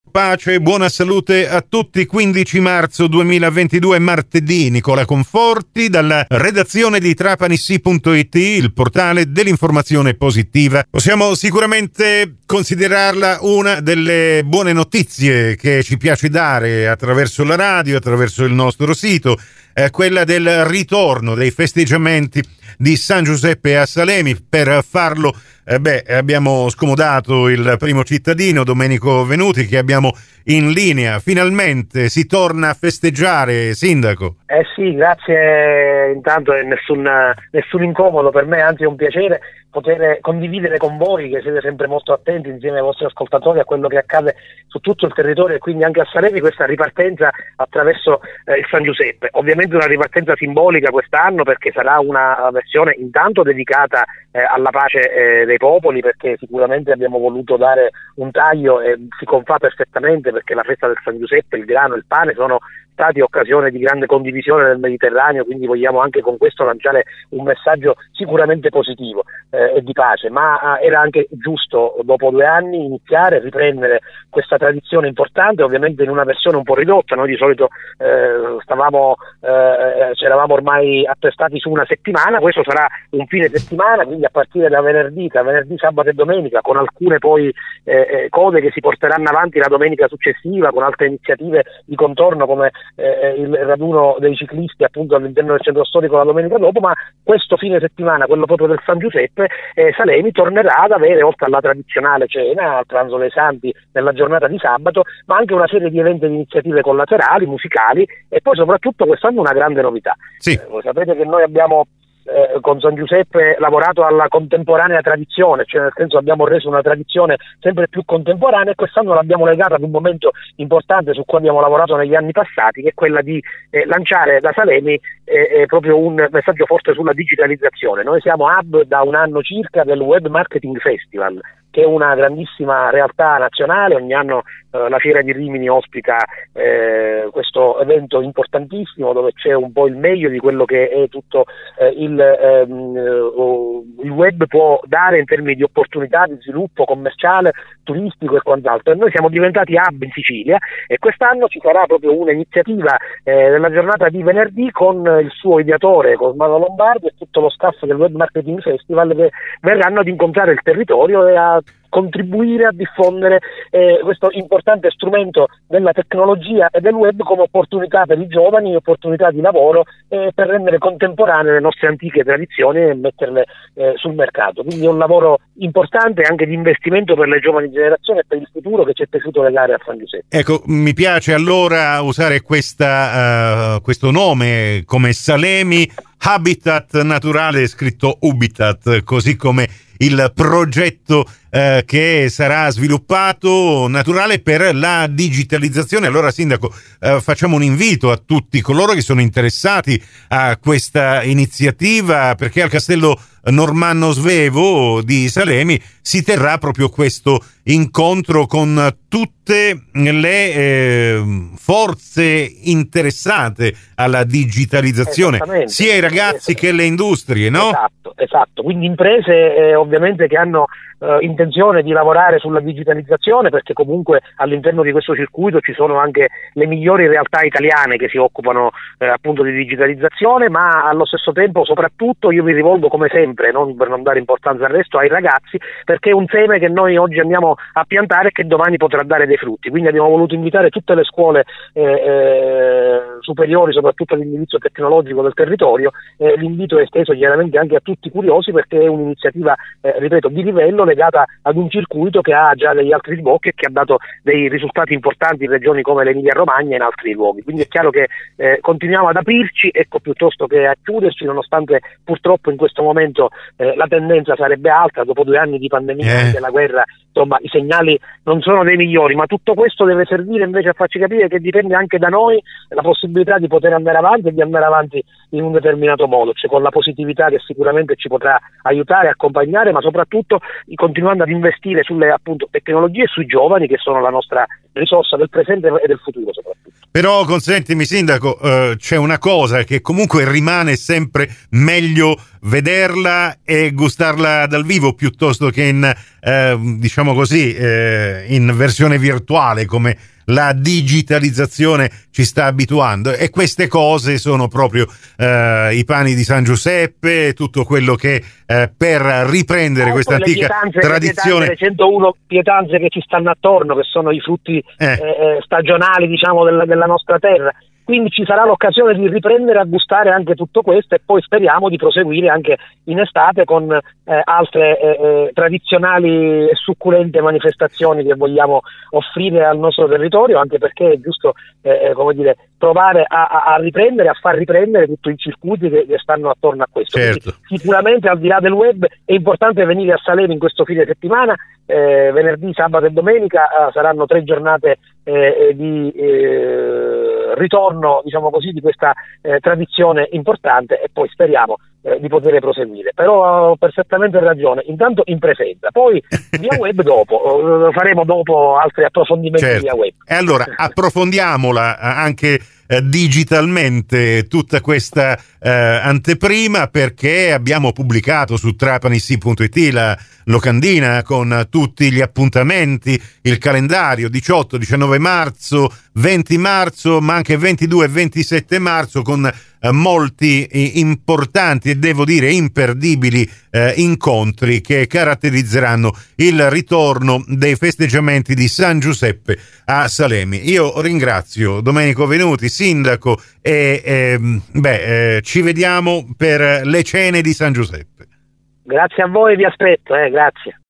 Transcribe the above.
Pace e buona salute a tutti. 15 marzo 2022, martedì. Nicola Conforti dalla redazione di Trapanissi.it, il portale dell'informazione positiva. Possiamo sicuramente considerarla una delle buone notizie che ci piace dare attraverso la radio, attraverso il nostro sito, quella del ritorno dei festeggiamenti di San Giuseppe a Salemi. Per farlo abbiamo scomodato il primo cittadino, Domenico Venuti, che abbiamo in linea. Finalmente si torna a festeggiare, Sindaco. Sì, grazie. Intanto è nessun incomodo per me, anzi è un piacere poter condividere con voi, che siete sempre molto attenti insieme ai vostri ascoltatori a quello che accade su tutto il territorio e quindi anche a Salemi, questa ripartenza attraverso il San Giuseppe. Ovviamente una ripartenza simbolica quest'anno, perché sarà una versione intanto dedicata alla pace dei popoli, perché sicuramente abbiamo voluto dare un taglio e si confà perfettamente, perché la festa del San Giuseppe, il grano e il pane sono stati occasione di grande condivisione nel Mediterraneo, quindi vogliamo anche con questo lanciare un messaggio sicuramente positivo e di pace, ma era anche giusto dopo 2 anni iniziare e riprendere questa tradizione importante, ovviamente in una versione un po' ridotta. Noi di solito c'eravamo ormai attestati su una settimana, questo sarà un fine settimana, quindi a partire da venerdì, sabato e domenica, con alcune poi cose che si porteranno avanti la domenica successiva, con altre iniziative di contorno come il raduno dei ciclisti appunto all'interno del centro storico la domenica dopo. Ma questo fine settimana, quello proprio del San Giuseppe, Salemi tornerà ad avere, oltre alla tradizionale cena al pranzo dei santi nella giornata di sabato, ma anche una serie di eventi e iniziative collaterali, musicali, e poi soprattutto quest'anno una grande novità. Sì. Voi sapete che noi abbiamo con San Giuseppe lavorato alla contemporanea tradizione, cioè nel senso abbiamo reso una tradizione sempre più contemporanea, e quest'anno l'abbiamo legata ad un momento importante su cui abbiamo lavorato negli anni passati, che è quella di lanciare da Salemi proprio un messaggio forte sulla digitalizzazione. Noi siamo hub da un anno circa del Web Marketing Festival, che è una grandissima realtà nazionale. Ogni anno la Fiera di Rimini ospita questo evento importantissimo, dove c'è un po' il meglio di quello che è tutto il web può dare in termini di opportunità di sviluppo commerciale, turistico e quant'altro. E noi siamo diventati hub in Sicilia, e quest'anno ci sarà proprio un'iniziativa nella giornata di venerdì con il suo ideatore Cosmano Lombardi e tutto lo staff del Web Marketing Festival, che verranno ad incontrare il territorio e a contribuire a diffondere questo importante strumento della tecnologia e del web come opportunità per i giovani, opportunità di lavoro, per rendere contemporanee le nostre antiche tradizioni e metterle sul mercato. Quindi è un lavoro importante anche di investimento per le giovani generazioni e per il futuro, che ci è piaciuto legare a San Giuseppe. Ecco, mi piace allora usare questo nome come Salemi, Habitat naturale, scritto Ubitat, così come il progetto che sarà sviluppato, naturale per la digitalizzazione. Allora, Sindaco, facciamo un invito a tutti coloro che sono interessati a questa iniziativa, perché al Castello Normanno Svevo di Salemi si terrà proprio questo incontro con tutte le forze interessate alla digitalizzazione, sia i ragazzi che le industrie, no? Esatto. Quindi imprese ovviamente che hanno intenzione di lavorare sulla digitalizzazione, perché comunque all'interno di questo circuito ci sono anche le migliori realtà italiane che si occupano appunto di digitalizzazione, ma allo stesso tempo soprattutto io vi rivolgo come sempre, non per non dare importanza al resto, ai ragazzi, perché è un seme che noi oggi andiamo a piantare e che domani potrà dare dei frutti. Quindi abbiamo voluto invitare tutte le scuole superiori, soprattutto all'indirizzo tecnologico del territorio. L'invito è esteso chiaramente anche a tutti i curiosi, perché è un'iniziativa ripeto di livello, legata ad un circuito che ha già degli altri sbocchi e che ha dato dei risultati importanti in regioni come l'Emilia Romagna e in altri luoghi. Quindi è chiaro che continuiamo ad aprirci, piuttosto che a chiuderci, nonostante purtroppo in questo momento la tendenza sarebbe alta. Dopo 2 anni di pandemia e della guerra, insomma, i segnali non sono dei migliori, ma tutto questo deve servire invece a farci capire che dipende anche da noi la possibilità di poter andare avanti e di andare avanti in un determinato modo, cioè con la positività che sicuramente ci potrà aiutare, accompagnare, ma soprattutto continuando ad investire sulle appunto tecnologie e sui giovani, che sono la nostra risorsa del presente e del futuro soprattutto. Però consentimi, sindaco, c'è una cosa che comunque rimane sempre meglio vederla e gustarla dal vivo piuttosto che in diciamo così in versione virtuale, come la digitalizzazione ci sta abituando, e queste cose sono proprio i pani di San Giuseppe, tutto quello che per riprendere questa antica tradizione, le 101 pietanze che ci stanno attorno, che sono i frutti stagionali, diciamo, della nostra terra. Quindi ci sarà l'occasione di riprendere a gustare anche tutto questo, e poi speriamo di proseguire anche in estate con altre tradizionali e succulente manifestazioni che vogliamo offrire al nostro territorio, anche perché è giusto come dire, provare a riprendere, a far riprendere tutti i circuiti che stanno attorno a questo. Certo. Quindi, sicuramente al di là del web è importante venire a Salemi in questo fine settimana, venerdì, sabato e domenica saranno 3 giornate di ritorno, diciamo così, di questa tradizione importante, e poi speriamo di poter proseguire. Però ho perfettamente ragione, intanto in presenza, poi via web dopo, faremo dopo altri approfondimenti, certo, via web. E allora approfondiamola anche digitalmente tutta questa anteprima, perché abbiamo pubblicato su trapanissi.it la locandina con tutti gli appuntamenti, il calendario 18, 19 marzo, 20 marzo, ma anche 22 e 27 marzo, con molti importanti e devo dire imperdibili incontri che caratterizzeranno il ritorno dei festeggiamenti di San Giuseppe a Salemi. Io ringrazio Domenico Venuti, sindaco, e ci vediamo per le cene di San Giuseppe. Grazie a voi, vi aspetto, grazie.